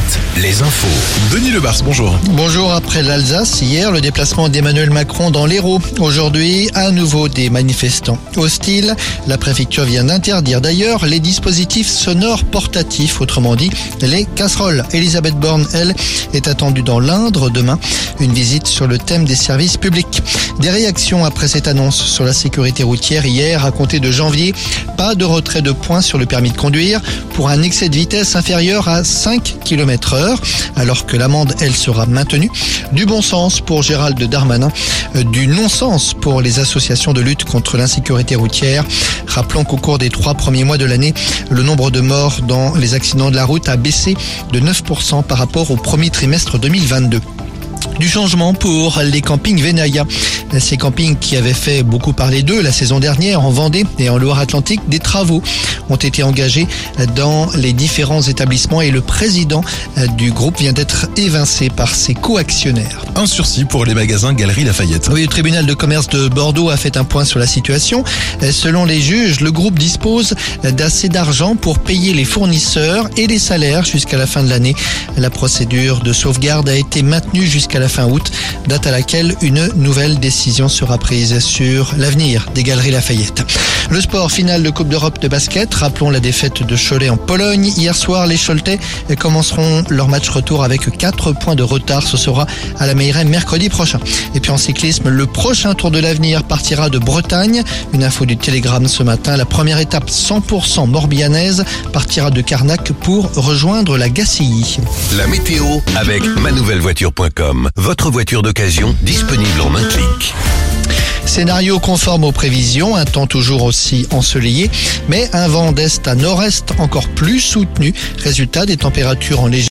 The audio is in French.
Lafayette, les infos. Denis Lebars, bonjour. Bonjour, après l'Alsace, hier, le déplacement d'Emmanuel Macron dans l'Hérault. Aujourd'hui, à nouveau des manifestants hostiles. La préfecture vient d'interdire d'ailleurs les dispositifs sonores portatifs, autrement dit, les casseroles. Elisabeth Borne, elle, est attendue dans l'Indre demain. Une visite sur le thème des services publics. Des réactions après cette annonce sur la sécurité routière hier, à compter de janvier. Pas de retrait de points sur le permis de conduire pour un excès de vitesse inférieur à 5 km/h, alors que l'amende, elle, sera maintenue. Du bon sens pour Gérald Darmanin, du non-sens pour les associations de lutte contre l'insécurité routière. Rappelons qu'au cours des 3 premiers mois de l'année, le nombre de morts dans les accidents de la route a baissé de 9% par rapport au premier trimestre 2022. Du changement pour les campings Venaya. Ces campings qui avaient fait beaucoup parler d'eux la saison dernière en Vendée et en Loire-Atlantique, des travaux ont été engagés dans les différents établissements et le président du groupe vient d'être évincé par ses co-actionnaires. Un sursis pour les magasins Galeries Lafayette. Oui, le tribunal de commerce de Bordeaux a fait un point sur la situation. Selon les juges, le groupe dispose d'assez d'argent pour payer les fournisseurs et les salaires jusqu'à la fin de l'année. La procédure de sauvegarde a été maintenue jusqu'à la fin août, date à laquelle une nouvelle décision sera prise sur l'avenir des Galeries Lafayette. Le sport, finale de Coupe d'Europe de basket. Rappelons la défaite de Cholet en Pologne. Hier soir, les Choletais commenceront leur match retour avec 4 points de retard. Ce sera à la Meilleray mercredi prochain. Et puis en cyclisme, le prochain Tour de l'Avenir partira de Bretagne. Une info du Télégramme ce matin. La première étape 100% morbihanaise partira de Carnac pour rejoindre la Gacilly. La météo avec manouvellevoiture.com. Votre voiture d'occasion disponible en un clic. Scénario conforme aux prévisions, un temps toujours aussi ensoleillé, mais un vent d'est à nord-est encore plus soutenu. Résultat, des températures en léger